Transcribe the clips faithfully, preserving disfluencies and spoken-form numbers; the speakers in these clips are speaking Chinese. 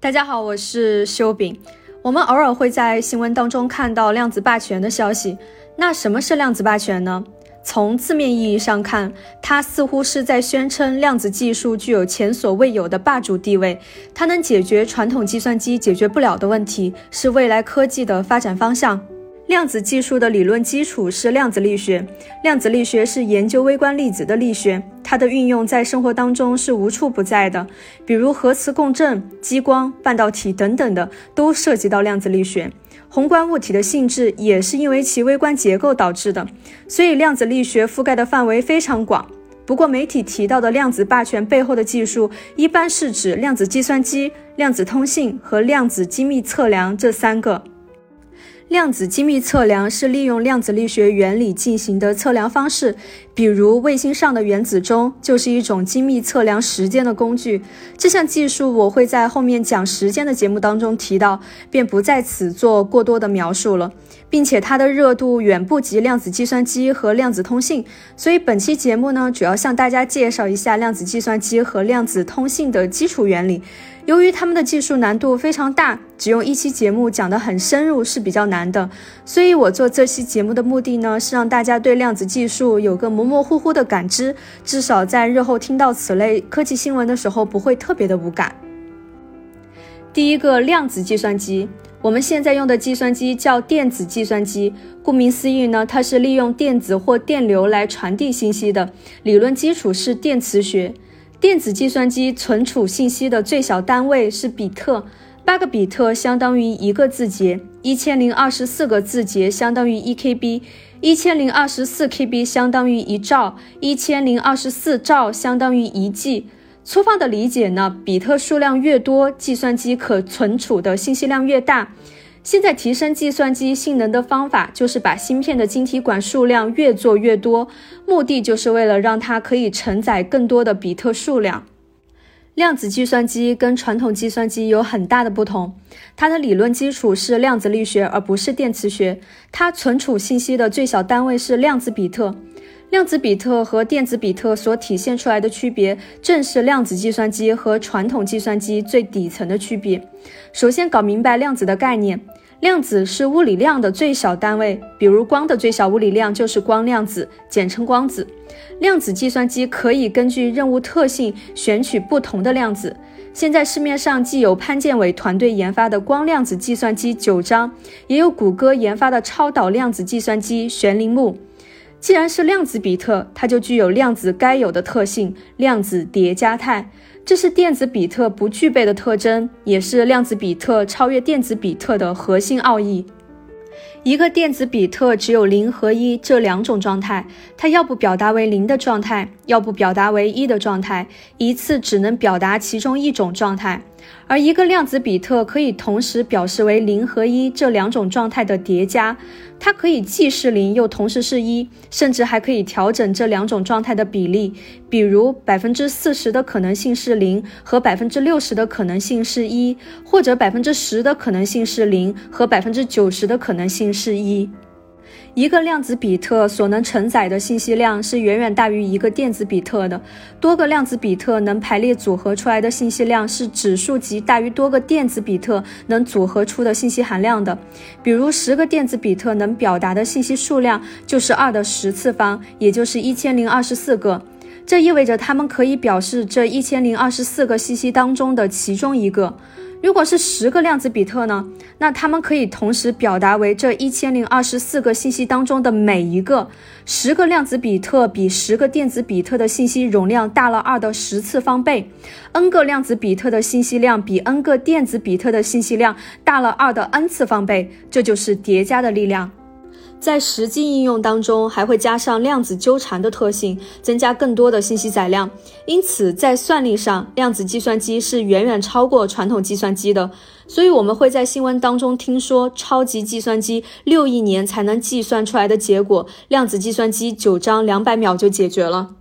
大家好，我是修饼。我们偶尔会在新闻当中看到量子霸权的消息。那什么是量子霸权呢？从字面意义上看，它似乎是在宣称量子技术具有前所未有的霸主地位，它能解决传统计算机解决不了的问题，是未来科技的发展方向。量子技术的理论基础是量子力学，量子力学是研究微观粒子的力学，它的运用在生活当中是无处不在的，比如核磁共振、激光、半导体等等的都涉及到量子力学。宏观物体的性质也是因为其微观结构导致的，所以量子力学覆盖的范围非常广。不过媒体提到的量子霸权背后的技术，一般是指量子计算机、量子通信和量子精密测量这三个。量子精密测量是利用量子力学原理进行的测量方式，比如卫星上的原子钟就是一种精密测量时间的工具。这项技术我会在后面讲时间的节目当中提到，便不在此做过多的描述了，并且它的热度远不及量子计算机和量子通信，所以本期节目呢，主要向大家介绍一下量子计算机和量子通信的基础原理。由于他们的技术难度非常大，只用一期节目讲得很深入是比较难的，所以我做这期节目的目的呢，是让大家对量子技术有个模模糊糊的感知，至少在日后听到此类科技新闻的时候不会特别的无感。第一个，量子计算机。我们现在用的计算机叫电子计算机，顾名思义呢，它是利用电子或电流来传递信息的，理论基础是电磁学。电子计算机存储信息的最小单位是比特，八个比特相当于一个字节，一千零二十四个字节相当于一 K B， 一千零二十四 K B 相当于一兆，一千零二十四兆相当于一 G。粗放的理解呢，比特数量越多，计算机可存储的信息量越大。现在提升计算机性能的方法就是把芯片的晶体管数量越做越多，目的就是为了让它可以承载更多的比特数量。量子计算机跟传统计算机有很大的不同，它的理论基础是量子力学而不是电磁学，它存储信息的最小单位是量子比特。量子比特和电子比特所体现出来的区别，正是量子计算机和传统计算机最底层的区别。首先搞明白量子的概念，量子是物理量的最小单位，比如光的最小物理量就是光量子，简称光子。量子计算机可以根据任务特性选取不同的量子。现在市面上既有潘建伟团队研发的光量子计算机九章，也有谷歌研发的超导量子计算机玄铃木。既然是量子比特，它就具有量子该有的特性，量子叠加态，这是电子比特不具备的特征，也是量子比特超越电子比特的核心奥义。一个电子比特只有零和一这两种状态，它要不表达为零的状态，要不表达为一的状态，一次只能表达其中一种状态。而一个量子比特可以同时表示为零和一这两种状态的叠加，它可以既是零又同时是一，甚至还可以调整这两种状态的比例，比如 百分之四十 的可能性是零和 百分之六十 的可能性是一，或者 百分之十 的可能性是零和 百分之九十 的可能性是一。一个量子比特所能承载的信息量是远远大于一个电子比特的，多个量子比特能排列组合出来的信息量是指数级大于多个电子比特能组合出的信息含量的。比如十个电子比特能表达的信息数量就是二的十次方，也就是一千零二十四个。这意味着它们可以表示这一千零二十四个信息当中的其中一个。如果是十个量子比特呢，那它们可以同时表达为这一千零二十四个信息当中的每一个。十个量子比特比十个电子比特的信息容量大了二的十次方倍 ，n 个量子比特的信息量比 n 个电子比特的信息量大了二的 n 次方倍，这就是叠加的力量。在实际应用当中，还会加上量子纠缠的特性，增加更多的信息载量。因此，在算力上，量子计算机是远远超过传统计算机的。所以我们会在新闻当中听说，超级计算机六亿年才能计算出来的结果，量子计算机九章两百秒就解决了。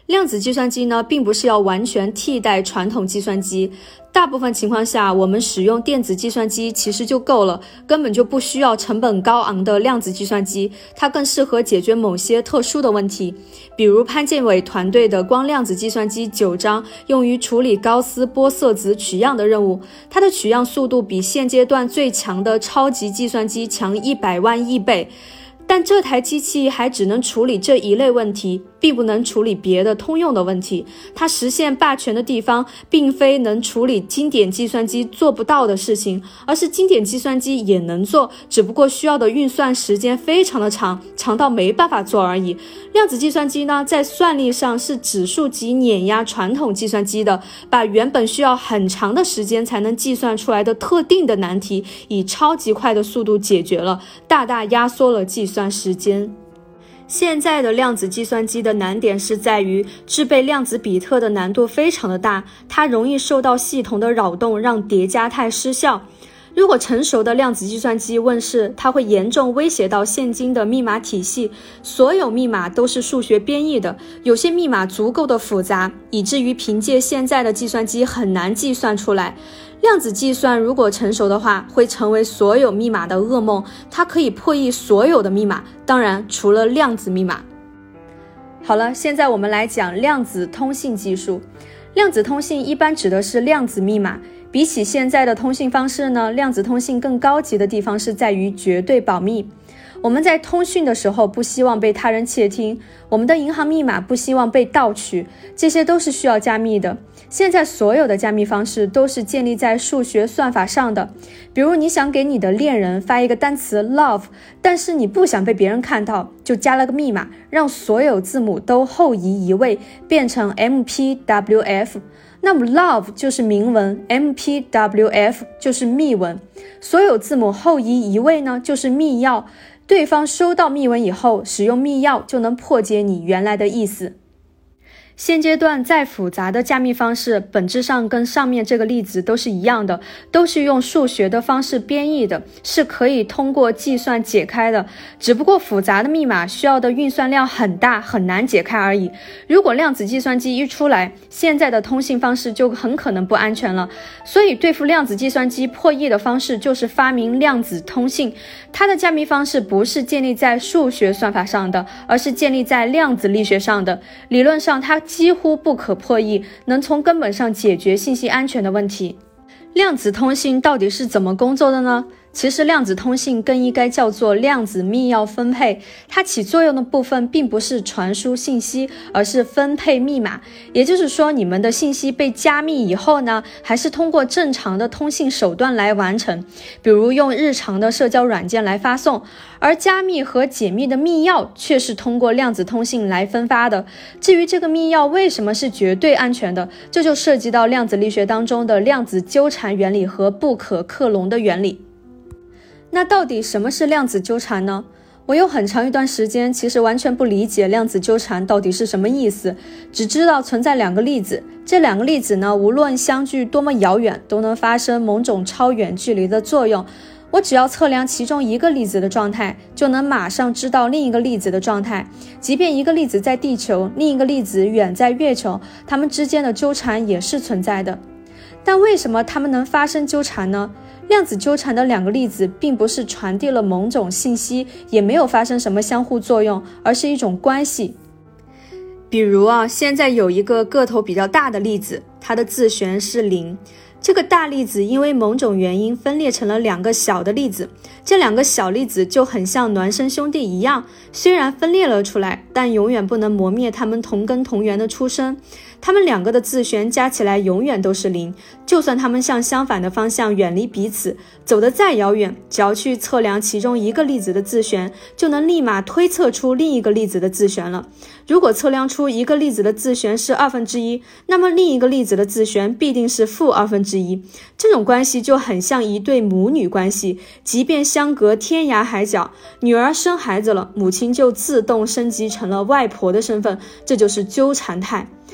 量子计算机呢，并不是要完全替代传统计算机，大部分情况下，我们使用电子计算机其实就够了，根本就不需要成本高昂的量子计算机，它更适合解决某些特殊的问题。比如潘建伟团队的光量子计算机九章，用于处理高斯玻色子取样的任务，它的取样速度比现阶段最强的超级计算机强一百万亿倍。但这台机器还只能处理这一类问题，并不能处理别的通用的问题。它实现霸权的地方，并非能处理经典计算机做不到的事情，而是经典计算机也能做，只不过需要的运算时间非常的长，长到没办法做而已。量子计算机呢，在算力上是指数级碾压传统计算机的，把原本需要很长的时间才能计算出来的特定的难题，以超级快的速度解决了，大大压缩了计算时间。现在的量子计算机的难点是在于制备量子比特的难度非常的大，它容易受到系统的扰动，让叠加态失效。如果成熟的量子计算机问世，它会严重威胁到现今的密码体系。所有密码都是数学编译的，有些密码足够的复杂，以至于凭借现在的计算机很难计算出来。量子计算如果成熟的话，会成为所有密码的噩梦，它可以破译所有的密码，当然除了量子密码。好了，现在我们来讲量子通信技术。量子通信一般指的是量子密码，比起现在的通信方式呢，量子通信更高级的地方是在于绝对保密。我们在通讯的时候不希望被他人窃听，我们的银行密码不希望被盗取，这些都是需要加密的。现在所有的加密方式都是建立在数学算法上的。比如你想给你的恋人发一个单词 love， 但是你不想被别人看到，就加了个密码，让所有字母都后移一位，变成 M P W F。那么 love 就是明文， M P W F 就是密文，所有字母后移一位呢，就是密钥。对方收到密文以后，使用密钥就能破解你原来的意思。现阶段再复杂的加密方式，本质上跟上面这个例子都是一样的，都是用数学的方式编译的，是可以通过计算解开的，只不过复杂的密码需要的运算量很大，很难解开而已。如果量子计算机一出来，现在的通信方式就很可能不安全了。所以对付量子计算机破译的方式就是发明量子通信。它的加密方式不是建立在数学算法上的，而是建立在量子力学上的。理论上它几乎不可破译，能从根本上解决信息安全的问题。量子通信到底是怎么工作的呢？其实量子通信更应该叫做量子密钥分配，它起作用的部分并不是传输信息，而是分配密码。也就是说，你们的信息被加密以后呢，还是通过正常的通信手段来完成，比如用日常的社交软件来发送，而加密和解密的密钥却是通过量子通信来分发的。至于这个密钥为什么是绝对安全的，这就涉及到量子力学当中的量子纠缠原理和不可克隆的原理。那到底什么是量子纠缠呢？我有很长一段时间其实完全不理解量子纠缠到底是什么意思，只知道存在两个粒子，这两个粒子呢，无论相距多么遥远，都能发生某种超远距离的作用。我只要测量其中一个粒子的状态，就能马上知道另一个粒子的状态。即便一个粒子在地球，另一个粒子远在月球，它们之间的纠缠也是存在的。但为什么它们能发生纠缠呢？量子纠缠的两个粒子并不是传递了某种信息，也没有发生什么相互作用，而是一种关系。比如啊，现在有一个个头比较大的粒子，它的自旋是零。这个大粒子因为某种原因分裂成了两个小的粒子，这两个小粒子就很像孪生兄弟一样，虽然分裂了出来，但永远不能磨灭它们同根同源的出生。它们两个的自旋加起来永远都是零，就算它们向相反的方向远离彼此，走得再遥远，只要去测量其中一个粒子的自旋，就能立马推测出另一个粒子的自旋了。如果测量出一个粒子的自旋是二分之一，那么另一个粒子的自旋必定是负二分之一。这种关系就很像一对母女关系，即便相隔天涯海角，女儿生孩子了，母亲就自动升级成了外婆的身份，这就是纠缠态。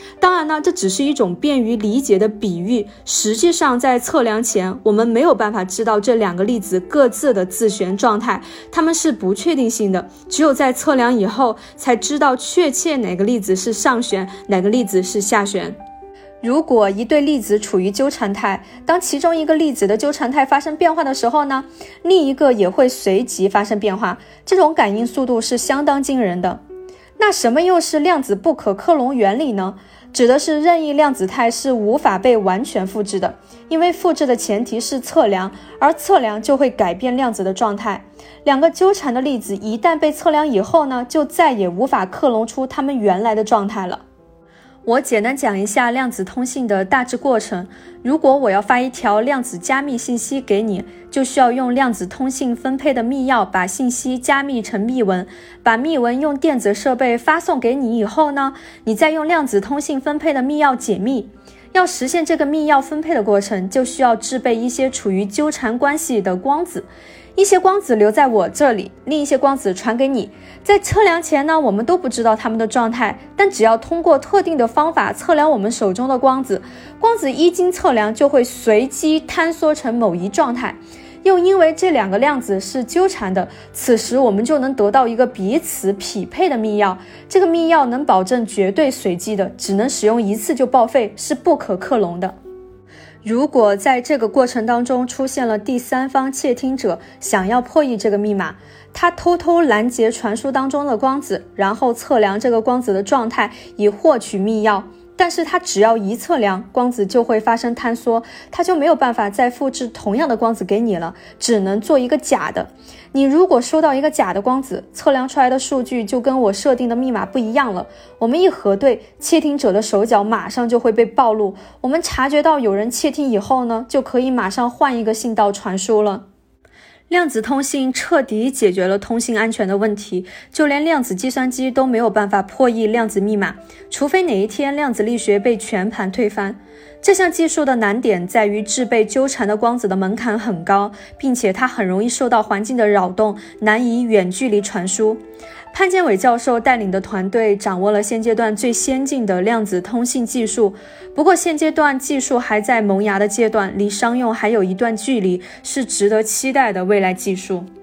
当然呢，这只是一种便于理解的比喻，实际上在测量前，我们没有办法知道这两个粒子各自的自旋状态，它们是不确定性的，只有在测量以后才知道确切哪个粒子是上旋，哪个粒子是下旋。如果一对粒子处于纠缠态，当其中一个粒子的纠缠态发生变化的时候呢，另一个也会随即发生变化，这种感应速度是相当惊人的。那什么又是量子不可克隆原理呢？指的是任意量子态是无法被完全复制的，因为复制的前提是测量，而测量就会改变量子的状态。两个纠缠的粒子一旦被测量以后呢，就再也无法克隆出它们原来的状态了。我简单讲一下量子通信的大致过程。如果我要发一条量子加密信息给你，就需要用量子通信分配的密钥把信息加密成密文，把密文用电子设备发送给你以后呢，你再用量子通信分配的密钥解密。要实现这个密钥分配的过程，就需要制备一些处于纠缠关系的光子。一些光子留在我这里，另一些光子传给你。在测量前呢，我们都不知道它们的状态，但只要通过特定的方法测量我们手中的光子，光子一经测量就会随机坍缩成某一状态。又因为这两个量子是纠缠的，此时我们就能得到一个彼此匹配的密钥。这个密钥能保证绝对随机的，只能使用一次就报废，是不可克隆的。如果在这个过程当中出现了第三方窃听者想要破译这个密码，他偷偷拦截传输当中的光子，然后测量这个光子的状态以获取密钥，但是他只要一测量，光子就会发生坍缩，他就没有办法再复制同样的光子给你了，只能做一个假的。你如果收到一个假的光子，测量出来的数据就跟我设定的密码不一样了，我们一核对，窃听者的手脚马上就会被暴露，我们察觉到有人窃听以后呢，就可以马上换一个信道传输了。量子通信彻底解决了通信安全的问题，就连量子计算机都没有办法破译量子密码，除非哪一天量子力学被全盘推翻。这项技术的难点在于制备纠缠的光子的门槛很高，并且它很容易受到环境的扰动，难以远距离传输。潘建伟教授带领的团队掌握了现阶段最先进的量子通信技术，不过现阶段技术还在萌芽的阶段，离商用还有一段距离，是值得期待的未来技术。